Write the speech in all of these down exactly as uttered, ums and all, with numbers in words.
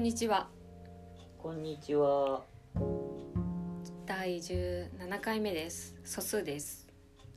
にちは。 こんにちは。 だいじゅうななかいめです。素数です。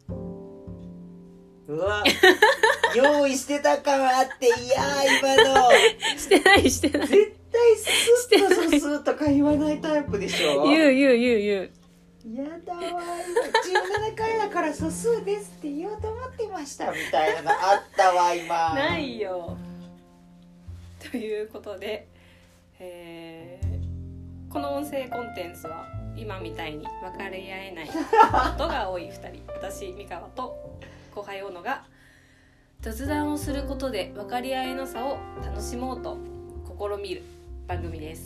うわ用意してた感あって、いやー今のしてないしてない絶対スッとススッとか言わないタイプでしょ。 言う言う言う言うやだわ、今じゅうななかいだから素数ですって言おうと思ってましたみたいなのあったわ今。 ないよ。ということで、えー、この音声コンテンツは今みたいに分かり合えないことが多いふたり、私三河と後輩小野が雑談をすることで分かり合えの差を楽しもうと試みる番組です。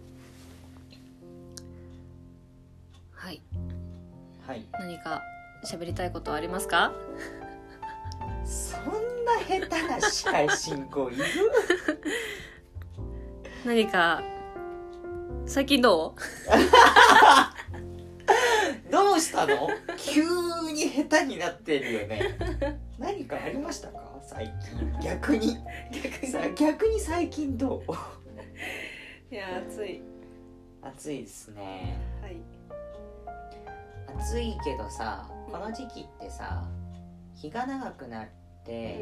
はい、 はい、 何か喋りたいことはありますか？ そんな下手な司会進行いる？ 何か最近どう？ どうしたの？急に下手になってるよね。何かありましたか最近？逆に逆にさ逆に最近どう？ いや暑い暑いですね。 はい。 暑いけどさ、この時期ってさ、日が長くなって、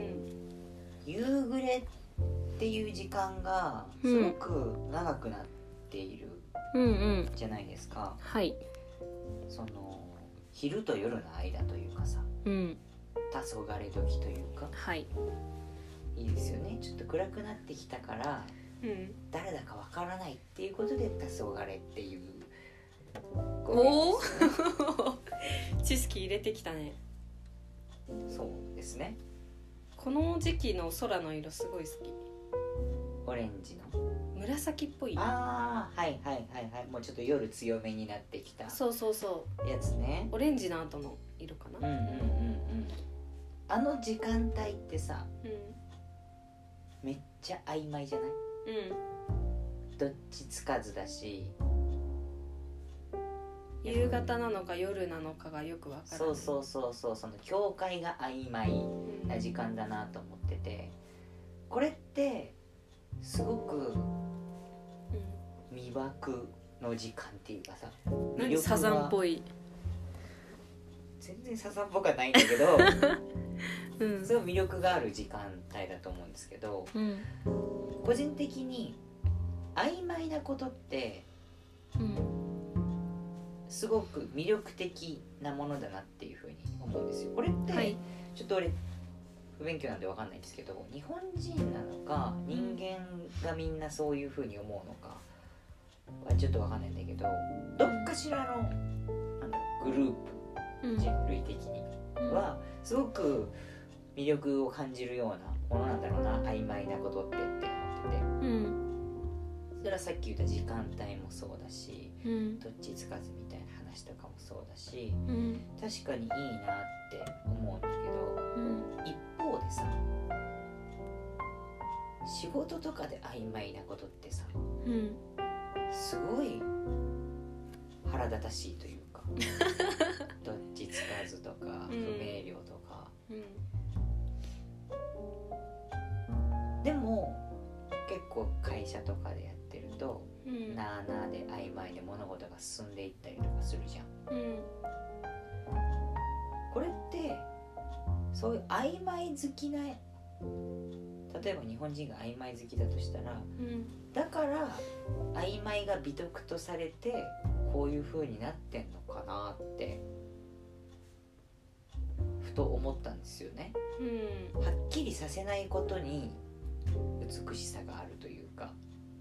うん、夕暮れっていう時間がすごく長くなっているじゃないですか、うんうん、 はい。 その昼と夜の間というかさ、 うん、 黄昏時というか、 はい、 いいですよね。ちょっと暗くなってきたから、うん、誰だかわからないっていうことで黄昏っていう。 おお知識入れてきたね。 そうですね。 この時期の空の色すごい好き。 オレンジの紫っぽい。 ああ、はいはいはいはい。もうちょっと夜強めになってきた。 そうそうそうやつね。 オレンジの後の色かな。 うんうんうんうん。あの時間帯ってさ、うん、めっちゃ曖昧じゃない？うん。どっちつかずだし。 夕方なのか夜なのかがよくわからない。 そうそうそうそう、その境界が曖昧な時間だなと思ってて、これってすごく魅惑の時間っていうかさ、 何サザンっぽい。 全然サザンっぽくはないんだけど、うん、すごい魅力がある時間帯だと思うんですけど、うん、個人的に曖昧なことって、うんすごく魅力的なものだなっていうふうに思うんですよ。これって、はい、ちょっと俺不勉強なんで分かんないんですけど、日本人なのか人間がみんなそういうふうに思うのかはちょっと分かんないんだけど、どっかしらのなんだろうグループ、うん、人類的にはすごく魅力を感じるようなものなんだろうな、曖昧なことってって思ってて、うん、それはさっき言った時間帯もそうだし、うん、どっちつかずみたいな話とかもそうだし、うん、確かにいいなって思うんだけど、うん、一方でさ、仕事とかで曖昧なことってさ、うん、すごい腹立たしいというかどっちつかずとか、うん、不明瞭とか、うん、でも結構会社とかでやってると、うん、なあなあで曖昧で物事が進んでいったりとかするじゃん、うん、これってそういう曖昧好きな、例えば日本人が曖昧好きだとしたら、うん、だから曖昧が美徳とされてこういう風になってんのかなってふと思ったんですよね、うん、はっきりさせないことに美しさがあるというか、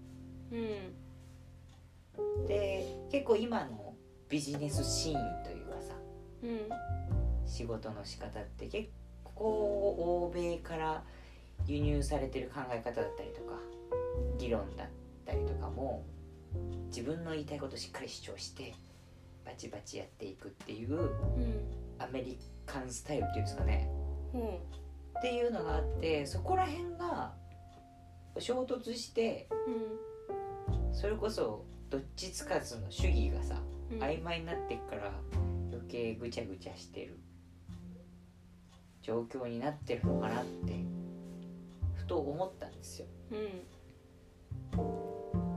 うん、で結構今のビジネスシーンというかさ、うん、仕事の仕方って結構欧米から輸入されてる考え方だったりとか議論だったりとかも、自分の言いたいことをしっかり主張してバチバチやっていくっていう、うん、アメリカンスタイルっていうんですかね、うん、っていうのがあって、そこら辺が衝突して、うん、それこそどっちつかずの主義がさ、うん、曖昧になっていくから余計ぐちゃぐちゃしてる状況になってるのかなってふと思ったんですよ、うん、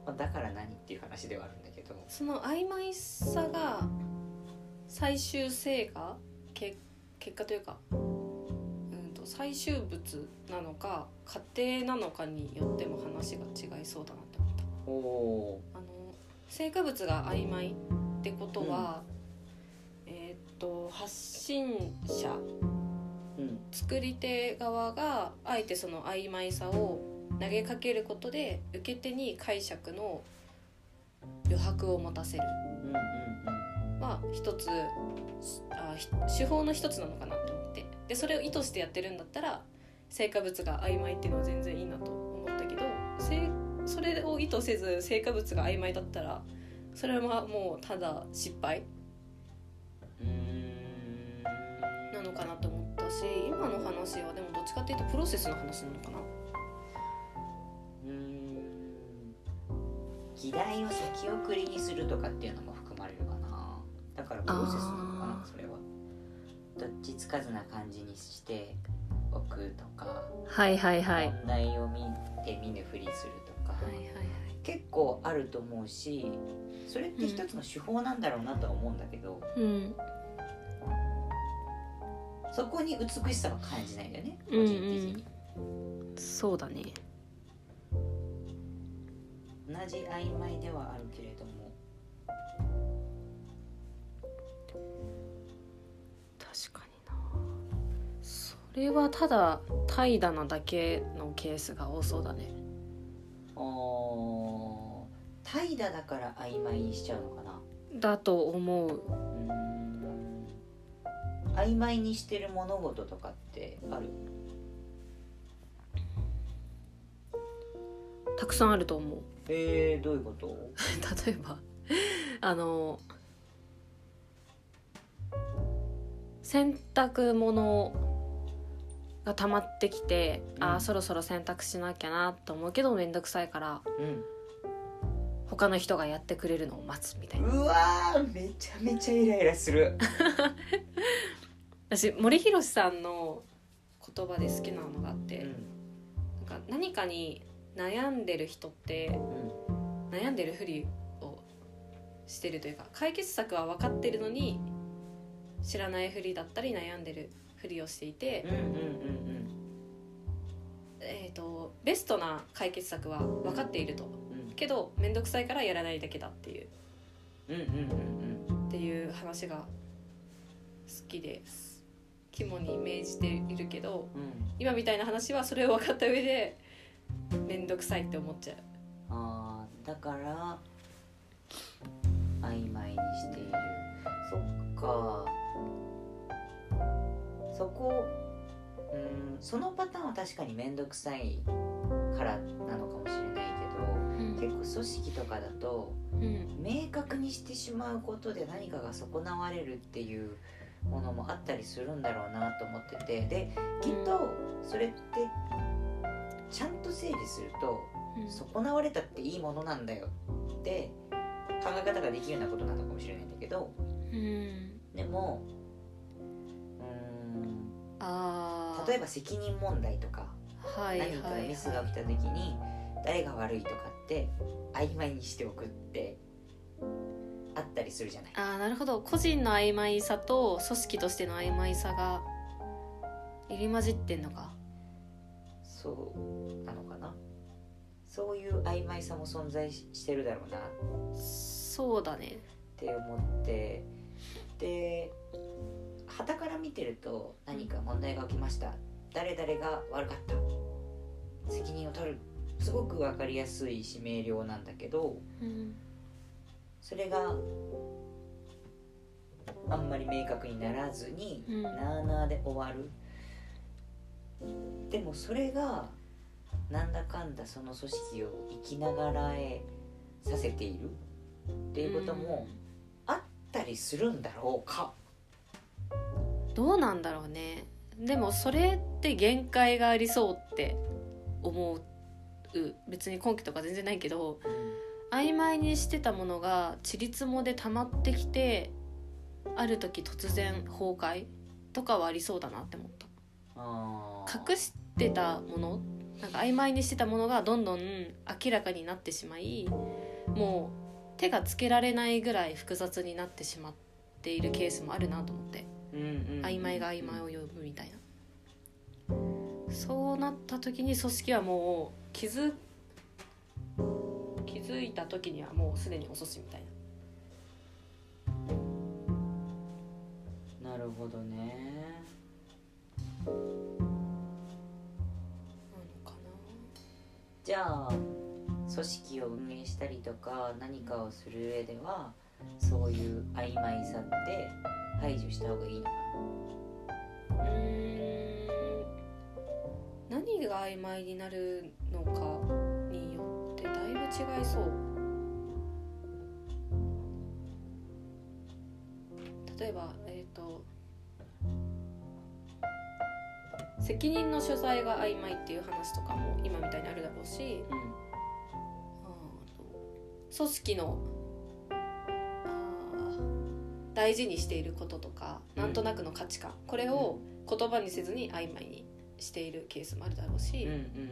だから何っていう話ではあるんだけど、 その曖昧さが最終成果け結果というか、うんと最終物なのか過程なのかによっても話が違いそうだなって思った。 おあの成果物が曖昧ってことは、うん、えー、っと発信者、うん、作り手側があえてその曖昧さを投げかけることで受け手に解釈の余白を持たせる、うんうんうん、まあ一つあ手法の一つなのかなと思って、でそれを意図してやってるんだったら成果物が曖昧っていうのは全然いいなと思ったけど、それを意図せず成果物が曖昧だったらそれはもうただ失敗なのかなと思ったし、今の話はでもどっちかっていうとプロセスの話なのかな。 うーん議題を先送りにするとかっていうのも含まれるかな。だからプロセスなのかな、それは。どっちつかずな感じにしておくとか、 はいはいはい、 問題を見て見ぬふりするとか、はいはいはい、結構あると思うし、それって一つの手法なんだろうなとは思うんだけど、うん、そこに美しさは感じないんだよね、個人的に、 うんうん、そうだね。 同じ曖昧ではあるけれども、 確かにな。それはただ怠惰なだけのケースが多そうだね。 あー、怠惰だから曖昧にしちゃうのかな。 だと思う。うーん、曖昧にしてる物事とかってある？ たくさんあると思う。 えー、どういうこと？ 例えばあの洗濯物が溜まってきて、うん、あーそろそろ洗濯しなきゃなと思うけどめんどくさいから、うん、他の人がやってくれるのを待つみたいな。 うわー、めちゃめちゃイライラする私森博さんの言葉で好きなのがあって、うん、なんか何かに悩んでる人って、うん、悩んでるふりをしてるというか、解決策は分かってるのに知らないふりだったり悩んでるふりをしていて、うんうんうんうん、えーと、ベストな解決策は分かっていると、うん、けどめんどくさいからやらないだけだっていう、うんうんうんうん、っていう話が好きです。肝に銘じているけど、うん、今みたいな話はそれを分かった上でめんどくさいって思っちゃう。 あー、だから曖昧にしている。そっか、そこ、うん、そのパターンは確かにめんどくさいからなのかもしれないけど、うん、結構組織とかだと、うん、明確にしてしまうことで何かが損なわれるっていうものもあったりするんだろうなと思ってて、できっとそれってちゃんと整理すると、うん、損なわれたっていいものなんだよって考え方ができるようなことなのかもしれないんだけど、うん、でもうーんあ例えば責任問題とか、はい、何かミスが起きた時に誰が悪いとかって曖昧にしておくってあったりするじゃない。 あー、なるほど。個人の曖昧さと組織としての曖昧さが入り混じってんのか。 そうなのかな。そういう曖昧さも存在してるだろうな。 そうだねって思って、で傍から見てると何か問題が起きました、誰々が悪かった、責任を取る、すごく分かりやすいし明瞭なんだけど、うん、それがあんまり明確にならずに、うん、なあなあで終わる。でもそれがなんだかんだその組織を生きながらえさせているっていうこともあったりするんだろうか。 どうなんだろうね。でもそれって限界がありそうって思う。別に根拠とか全然ないけど、うん、曖昧にしてたものがちりつもで溜まってきてある時突然崩壊とかはありそうだなって思った。あ、隠してたものなんか曖昧にしてたものがどんどん明らかになってしまい、もう手がつけられないぐらい複雑になってしまっているケースもあるなと思って、 うんうん、 曖昧が曖昧を呼ぶみたいな。そうなった時に組織はもう気づ気づいた時にはもうすでに遅しみたいな。なるほどね。なのかな。 じゃあ組織を運営したりとか何かをする上ではそういう曖昧さって排除した方がいいのかな。 うーん、何が曖昧になるのかによってだいぶ違いそう。例えば、えーと、責任の所在が曖昧っていう話とかも今みたいにあるだろうし、うん、あと組織のあ大事にしていることとか、なんとなくの価値観、これを言葉にせずに曖昧にしているケースもあるだろうし、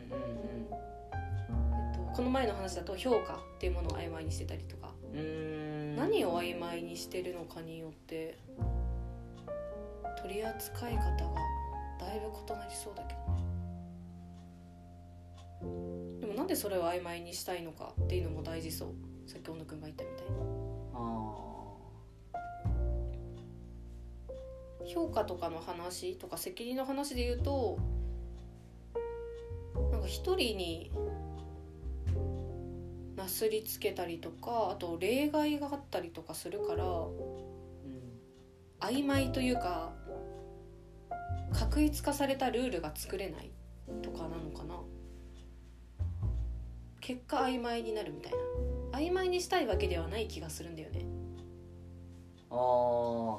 この前の話だと評価っていうものを曖昧にしてたりとか、うーん、何を曖昧にしてるのかによって取り扱い方がだいぶ異なりそうだけどね。でもなんでそれを曖昧にしたいのかっていうのも大事そう。さっき小野くんが言ったみたいに、あ評価とかの話とか責任の話で言うと、なんか一人になすりつけたりとか、あと例外があったりとかするから、うん、曖昧というか確一化されたルールが作れないとかなのかな。結果曖昧になるみたいな。曖昧にしたいわけではない気がするんだよね。 あ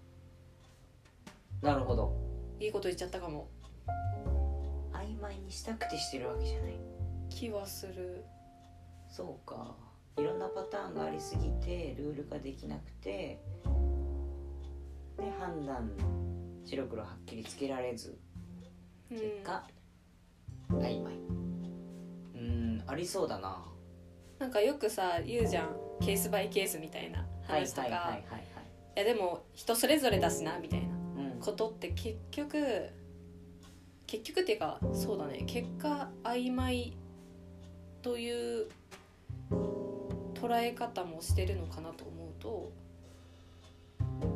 あ、なるほど。 いいこと言っちゃったかも。 曖昧にしたくてしてるわけじゃない気はする。 そうか、いろんなパターンがありすぎてルール化できなくて、で判断白黒はっきりつけられず、結果、うん、曖昧。うーん、ありそうだな。 なんかよくさ言うじゃん、ケースバイケースみたいな話とか、いやでも人それぞれだしなみたいなことって結局、うん、結局っていうかそうだね、結果曖昧という捉え方もしてるのかなと思うと、うん、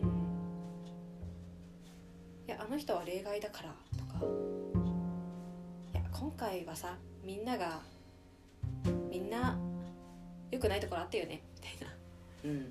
いやあの人は例外だからとか、いや今回はさみんながみんな良くないところあったよねみたいな、うんうん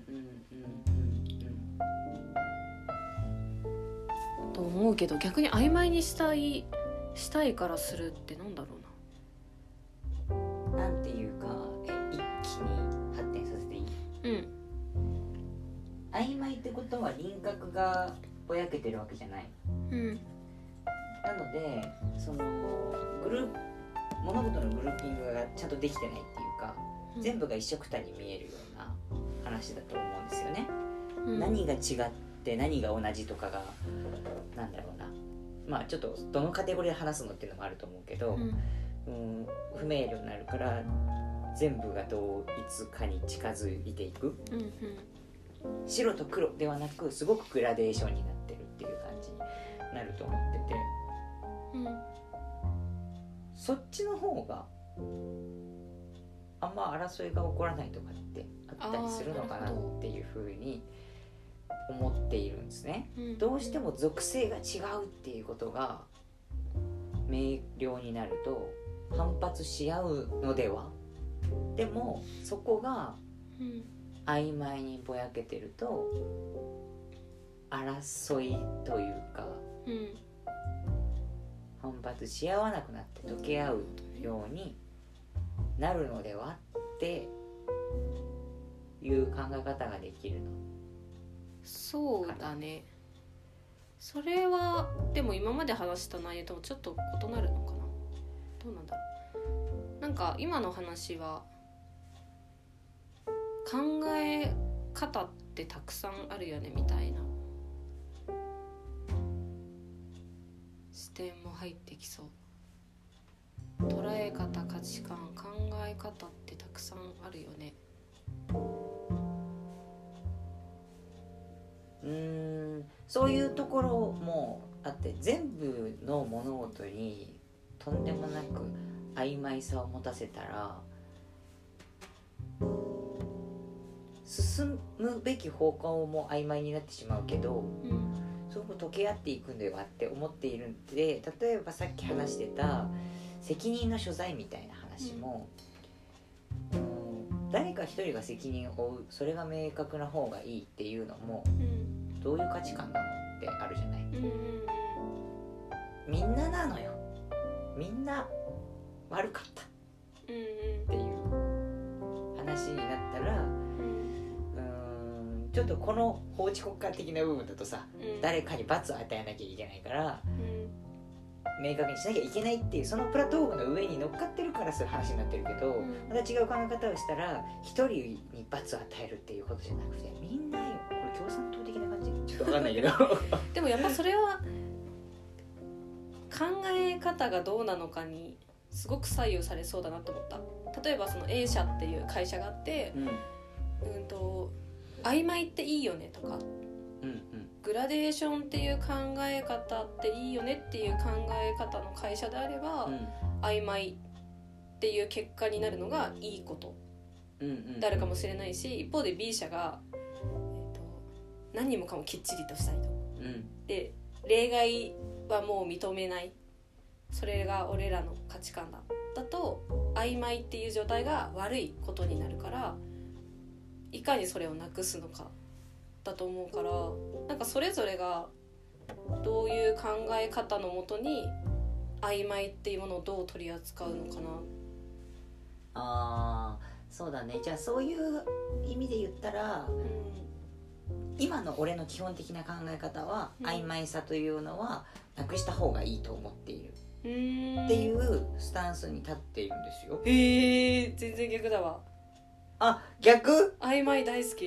うんうん、と思うけど、逆に曖昧にしたいしたいからするってなんだろうな。なんていうか、え一気に発展させていい？うん。曖昧ってことは輪郭がぼやけてるわけじゃない。うん。なのでそのグループ物事のグルーピングがちゃんとできてないっていうか、うん、全部が一緒くたに見えるような話だと思うんですよね、うん、何が違って何が同じとかがなんだろうな、まあちょっとどのカテゴリーで話すのっていうのもあると思うけど、うんうん、不明瞭になるから全部が同一化に近づいていく、うんうん、白と黒ではなくすごくグラデーションになってるっていう感じになると思ってて、うん、そっちの方があんま争いが起こらないとかってあったりするのかなっていうふうに思っているんですね、うん、どうしても属性が違うっていうことが明瞭になると反発し合うのでは。でもそこが曖昧にぼやけてると争いというか、うん、反発し合わなくなって溶け合うようになるのではっていう考え方ができるの。 そうだね。それはでも今まで話した内容ともちょっと異なるのかな。どうなんだろう。なんか今の話は考え方ってたくさんあるよねみたいな視点も入ってきそう。 捉え方、価値観、考え方ってたくさんあるよね。 うーん、そういうところもあって、全部の物事にとんでもなく曖昧さを持たせたら進むべき方向も曖昧になってしまうけど、うん、すごく溶け合っていくんではって思っているんで、例えばさっき話してた責任の所在みたいな話も、うん、誰か一人が責任を負う、それが明確な方がいいっていうのも、うん、どういう価値観なのってあるじゃない、うん、みんななのよ、みんな悪かったっていう話になったら、ちょっとこの法治国家的な部分だとさ、うん、誰かに罰を与えなきゃいけないから、うん、明確にしなきゃいけないっていうそのプラットフォームの上に乗っかってるからそういう話になってるけど、うん、また違う考え方をしたら一人に罰を与えるっていうことじゃなくて、みんなよ、これ共産党的な感じちょっと分かんないけどでもやっぱそれは考え方がどうなのかにすごく左右されそうだなと思った。例えばその A 社っていう会社があって、うん、うんと曖昧っていいよねとか、うんうん、グラデーションっていう考え方っていいよねっていう考え方の会社であれば、うん、曖昧っていう結果になるのがいいことであるかもしれないし、一方で B 社が、えーと、何にもかもきっちりとしたいと、うん、で例外はもう認めない、それが俺らの価値観だだと曖昧っていう状態が悪いことになるから、いかにそれをなくすのかだと思うから、なんかそれぞれがどういう考え方のもとに曖昧っていうものをどう取り扱うのかな。 あー、そうだね。じゃあそういう意味で言ったら、うん、今の俺の基本的な考え方は、うん、曖昧さというのはなくした方がいいと思っているっていうスタンスに立っているんですよ。 へー、全然逆だわ。 あ、逆？ 曖昧大好き。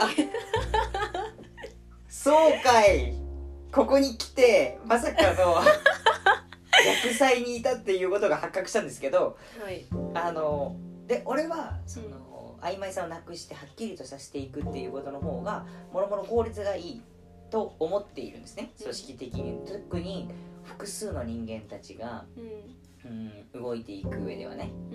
そうかい。ここに来てまさかの逆サイにいたっていうことが発覚したんですけど、はい、あので俺はその、うん、曖昧さをなくしてはっきりとさせていくっていうことの方がもろもろ効率がいいと思っているんですね、組織的に。特に複数の人間たちが、うんうん、動いていく上ではね、うん、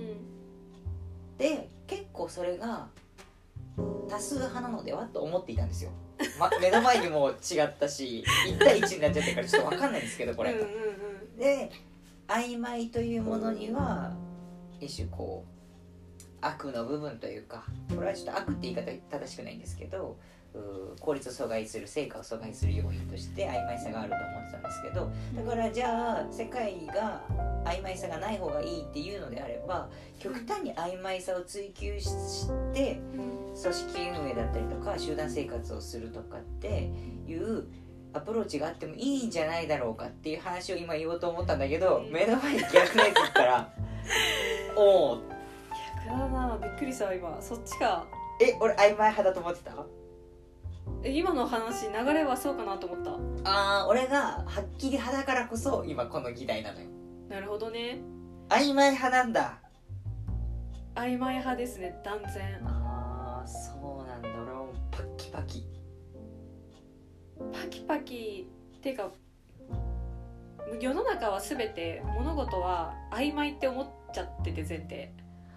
で結構それが多数派なのではと思っていたんですよ、ま、目の前にも違ったしいち対いちになっちゃってるからちょっと分かんないんですけどこれうんうん、うん、で曖昧というものには一種こう悪の部分というか、これはちょっと悪って言い方正しくないんですけど、効率を阻害する、成果を阻害する要因として曖昧さがあると思ってたんですけど、だからじゃあ世界が曖昧さがない方がいいっていうのであれば、極端に曖昧さを追求して組織運営だったりとか集団生活をするとかっていうアプローチがあってもいいんじゃないだろうかっていう話を今言おうと思ったんだけど、目の前に逆のやつ言ったらおお逆だな、びっくりした今。そっちか。 え、俺曖昧派だと思ってた？ 今の話流れはそうかなと思った。 あー、俺がはっきり派だからこそ今この議題なのよ。 なるほどね。 曖昧派なんだ。 曖昧派ですね、断然。 あー、そうなんだ。俺もパキパキパキパキっていうか、世の中は全て物事は曖昧って思っちゃってて前提。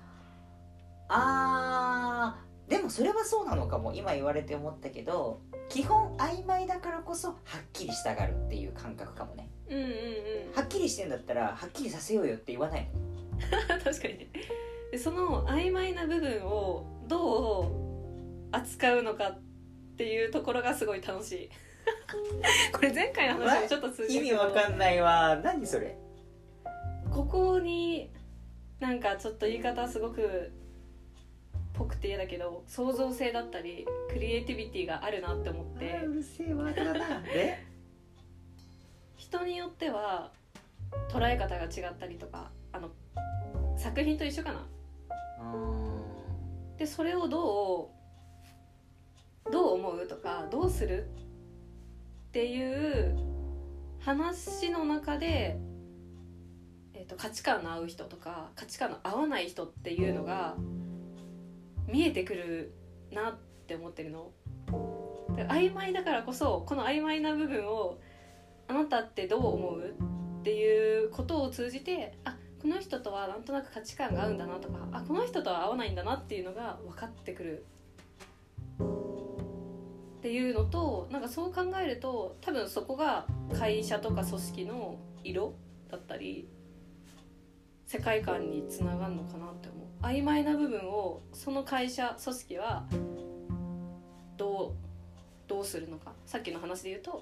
あー、でもそれはそうなのかも。今言われて思ったけど、基本曖昧だからこそはっきりしたがるっていう感覚かもね。うんうんうん。はっきりしてんだったらはっきりさせようよって言わないの確かにね。でその曖昧な部分をどう扱うのかっていうところがすごい楽しいこれ前回の話もちょっと通じるけど、意味わかんないわ。何それ。 ここになんかちょっと言い方すごくぽくて嫌だけど、創造性だったりクリエイティビティがあるなって思って。 うるせえワードだな。で人によっては捉え方が違ったりとか、あの作品と一緒かな。でそれをどうどう思うとかどうするっていう話の中で、えっと、価値観の合う人とか価値観の合わない人っていうのが見えてくるなって思ってるの。曖昧だからこそこの曖昧な部分をあなたってどう思うっていうことを通じて、あ、この人とはなんとなく価値観が合うんだなとか、あ、この人とは合わないんだなっていうのが分かってくるっていうのと、なんかそう考えると多分そこが会社とか組織の色だったり世界観につながるのかなって思う。曖昧な部分をその会社組織はどうどうするのか。さっきの話で言うと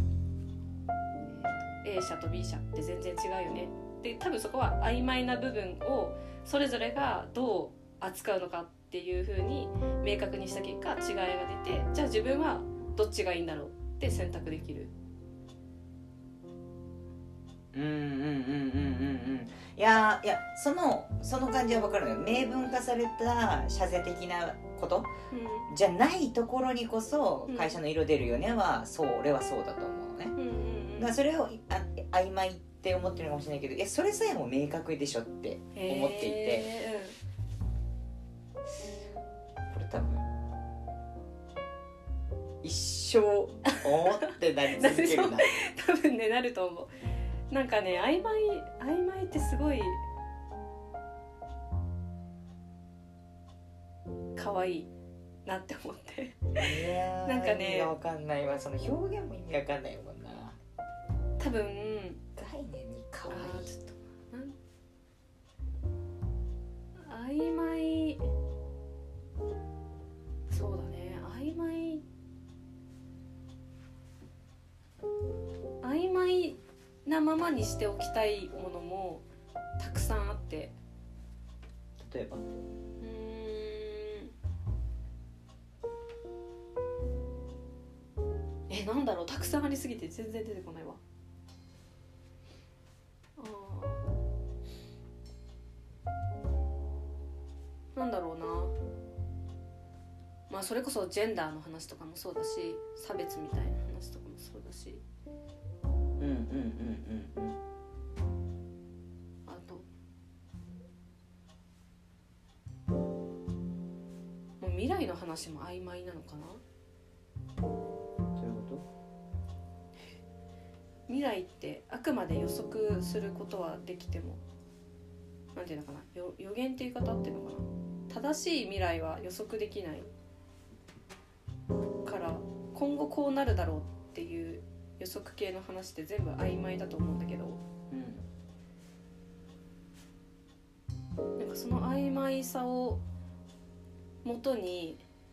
A 社と B 社って全然違うよねで、多分そこは曖昧な部分をそれぞれがどう扱うのかっていう風に明確にした結果違いが出て、じゃあ自分はどっちがいいんだろうって選択できる。 うんうんうんうんうんうんいやいやそのその感じは分かるのよ。明文化された社税的なこと、うん、じゃないところにこそ会社の色出るよねは、うん、そう俺はそうだと思うのね、うんうんうん、だからそれをあ曖昧って思ってるかもしれないけど、いやそれさえも明確でしょって思っていて、これ多分一生思ってなり続けるな多分ねなると思う。なんかね曖昧曖昧ってすごい可愛いなって思っていやなんかね意味わかんないわ。その表現も意味わかんないもんな。 多分概念に可愛い。 ちょっと曖昧そうだね曖昧曖昧なままにしておきたいものもたくさんあって、 例えばうーんえなんだろうたくさんありすぎて全然出てこないわ。あなんだろうな、まあそれこそジェンダーの話とかもそうだし、差別みたいな話とかもそうだし、 うんうんうんうんうん。 あともう未来の話も曖昧なのかな。 どういうこと？ 未来ってあくまで予測することはできても、なんていうのかな、予言っていう言い方合ってるのかな。正しい未来は予測できないから今後こうなるだろうっていう予測系の話って全部曖昧だと思うんだけど、うん、なんかその曖昧さをもとに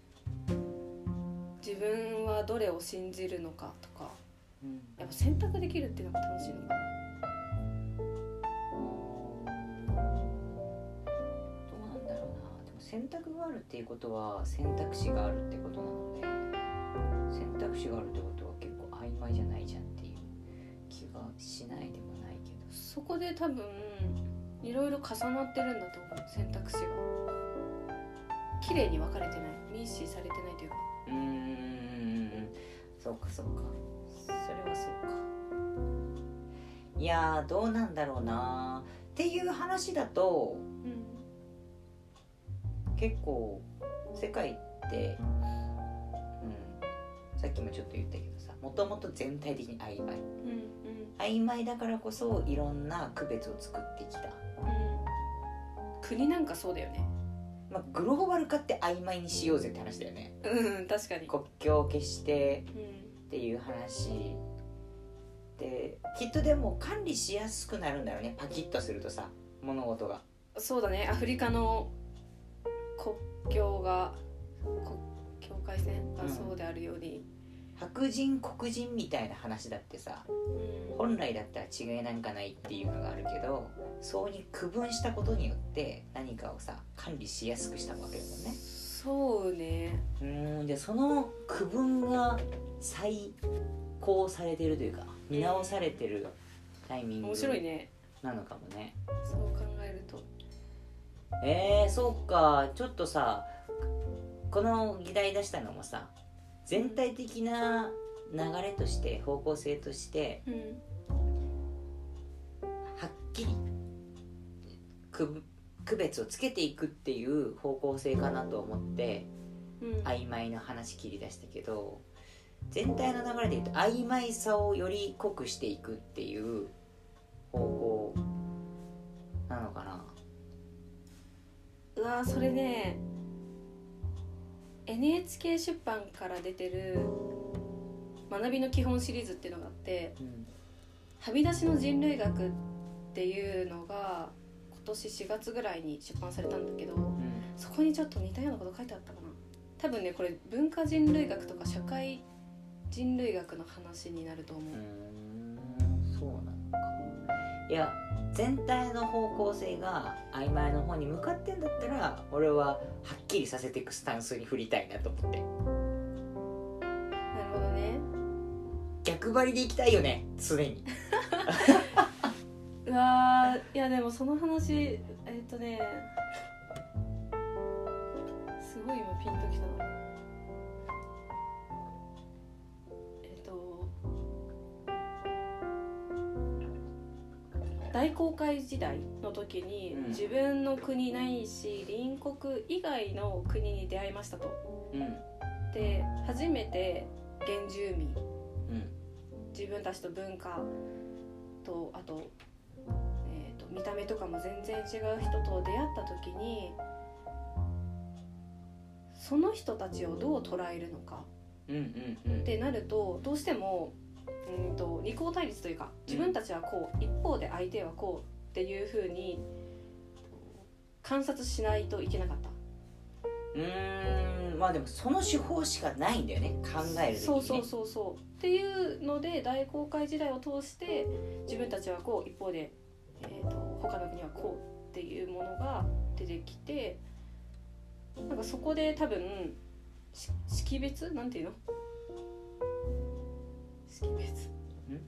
自分はどれを信じるのかとか、うん、やっぱ選択できるっていうのが楽しいのかな。 選択があるっていうことは選択肢があるってことなので、選択肢があるってことは結構曖昧じゃないじゃんっていう気がしないでもないけど、 そこで多分いろいろ重なってるんだと思う。選択肢が綺麗に分かれてない、ミーシーされてないというか、 うーんそうかそうか、それはそうか。いやーどうなんだろうなっていう話だと、うん結構世界って、うん、さっきもちょっと言ったけどさ、もともと全体的に曖昧、うんうん、曖昧だからこそいろんな区別を作ってきた、うん、 国なんかそうだよね、 まあ、グローバル化って曖昧にしようぜって話だよね。 うん確かに国境を消してっていう話、うん、できっとでも管理しやすくなるんだろうね、パキッとするとさ物事が。 そうだね、アフリカの国境が国境界線がそうであるように、 うん、白人黒人みたいな話だってさ、うん、本来だったら違いなんかないっていうのがあるけど、そうに区分したことによって何かをさ管理しやすくしたわけだもんね。 そうね。 うんでその区分が再考されてるというか見直されてるタイミング、 面白いね、 なのかもね。 そう考えるとえー、そうか。ちょっとさこの議題出したのもさ全体的な流れとして方向性として、うん、はっきり区別をつけていくっていう方向性かなと思って、うん、曖昧な話切り出したけど、全体の流れで言うと曖昧さをより濃くしていくっていう方向なのかな。 うわそれね エヌエイチケー 出版から出てる学びの基本シリーズっていうのがあって、うん、はみ出しの人類学っていうのが今年しがつぐらいに出版されたんだけど、うん、そこにちょっと似たようなこと書いてあったかな。多分ねこれ文化人類学とか社会人類学の話になると思う。うーん、そうなのか。いや全体の方向性が曖昧の方に向かってんだったら俺ははっきりさせていくスタンスに振りたいなと思って。 なるほどね。 逆張りでいきたいよね常にうわいやでもその話えっとねすごい今ピンときたな。えっと大航海時代の時に、うん、自分の国ないし隣国以外の国に出会いましたと、うん、で初めて原住民、うん、自分たちと文化とあと、えーと、見た目とかも全然違う人と出会った時にその人たちをどう捉えるのか、うんうんうん、ってなるとどうしてもうんと二項対立というか自分たちはこう、うん、一方で相手はこうっていう風に観察しないといけなかった。 うーんまあでもその手法しかないんだよね考える時にね。 そうそうそうそうっていうので大航海時代を通して自分たちはこう一方で、えーと、他の国はこうっていうものが出てきてなんかそこで多分識別なんていうの識別ん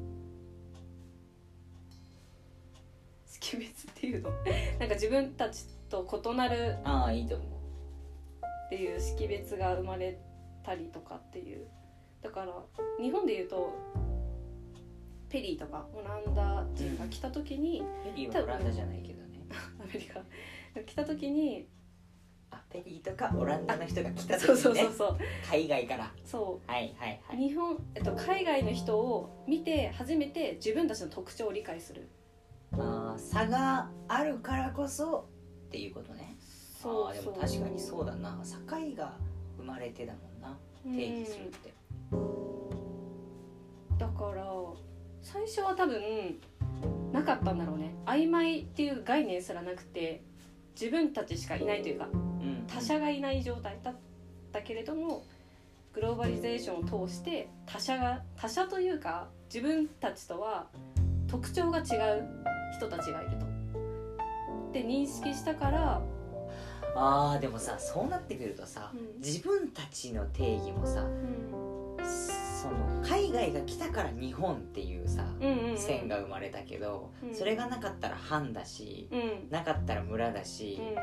識別っていうのなんか自分たちと異なるああいいと思うっていう識別が生まれたりとかっていうだから日本でいうとペリーとかオランダ人が来た時に、 うん、ペリーはオランダじゃないけどねアメリカ来た時にあペリーとかオランダの人が来た時にねそうそうそうそう海外からそうはいはいはい日本、えっと、海外の人を見て初めて自分たちの特徴を理解するあ差があるからこそっていうことね。そうあでも確かにそうだな境が生まれてだもんな定義するって、 うん、だから最初は多分なかったんだろうね。曖昧っていう概念すらなくて自分たちしかいないというか、うん、他者がいない状態だったけれどもグローバリゼーションを通して他者が他者というか自分たちとは特徴が違う人たちがいるとで認識したからあーでもさそうなってくるとさ、うん、自分たちの定義もさ、うん、その海外が来たから日本っていうさ、うんうんうん、線が生まれたけど、うん、それがなかったら藩だし、うん、なかったら村だし、うん、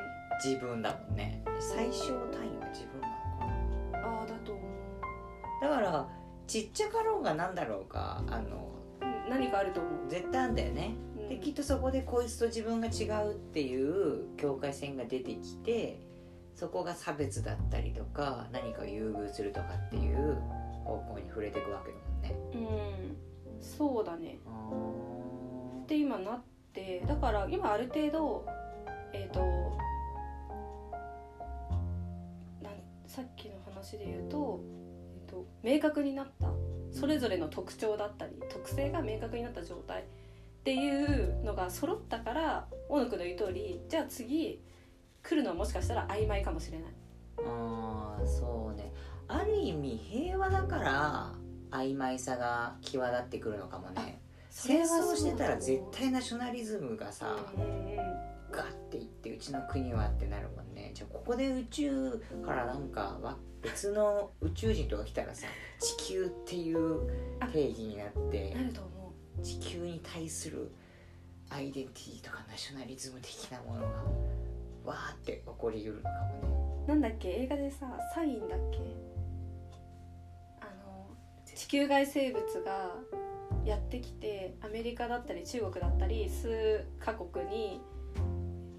自分だもんね。最小単位は自分なのかな。 ああだと思う。 だからちっちゃかろうがなんだろうかあの何かあると思う。 絶対あるんだよね。できっとそこでこいつと自分が違うっていう境界線が出てきてそこが差別だったりとか何かを優遇するとかっていう方向に触れていくわけだもんね。 うんそうだねって今なってだから今ある程度えっとなんさっきの話で言うと、えっと、明確になったそれぞれの特徴だったり特性が明確になった状態っていうのが揃ったから大野くんの言う通りじゃあ次来るのはもしかしたら曖昧かもしれない。 あーそうねある意味平和だから曖昧さが際立ってくるのかもね。戦争してたら絶対ナショナリズムがさ、うんうん、ガッていってうちの国はってなるもんね。じゃあここで宇宙からなんか別の宇宙人とか来たらさ地球っていう定義になってなると思う。 地球に対するアイデンティティとかナショナリズム的なものがわーって起こりうるのかもね。 なんだっけ映画でさサインだっけあの地球外生物がやってきてアメリカだったり中国だったり数カ国に、え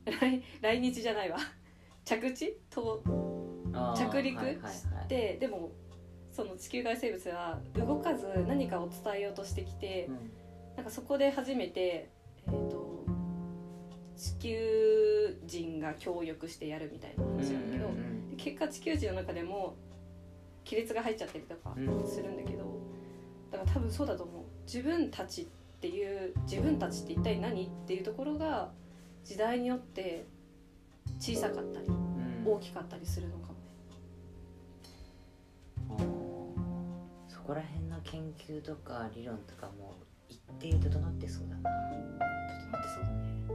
来日じゃないわ着地と着陸して、はいはいはい、でもその地球外生物は動かず何かを伝えようとしてきて、うん、なんかそこで初めて、えーと、地球人が協力してやるみたいな話なんだけど、うんうんうん、結果地球人の中でも亀裂が入っちゃったりとかするんだけど、うん、だから多分そうだと思う。自分たちっていう自分たちって一体何っていうところが時代によって小さかったり、うん、大きかったりするのかもね。 そこら辺の研究とか理論とかも一定整ってそうだな。 整ってそう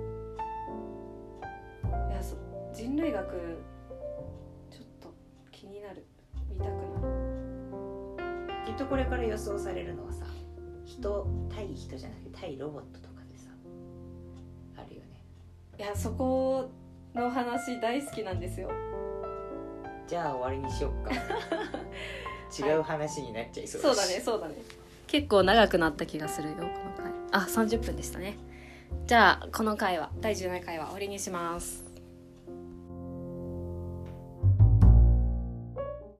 だね。いや、そ人類学ちょっと気になる、見たくなる。 きっとこれから予想されるのはさ、人対人じゃなくて対ロボットとかでさあるよね。 いや、そこの話大好きなんですよ。 じゃあ終わりにしよっか違う話になっちゃいそうだし、 はい、そうだねそうだね。結構長くなった気がするよこの回。あ、さんじゅっぷんでしたね。じゃあこの回はだいじゅうななかいは終わりにします。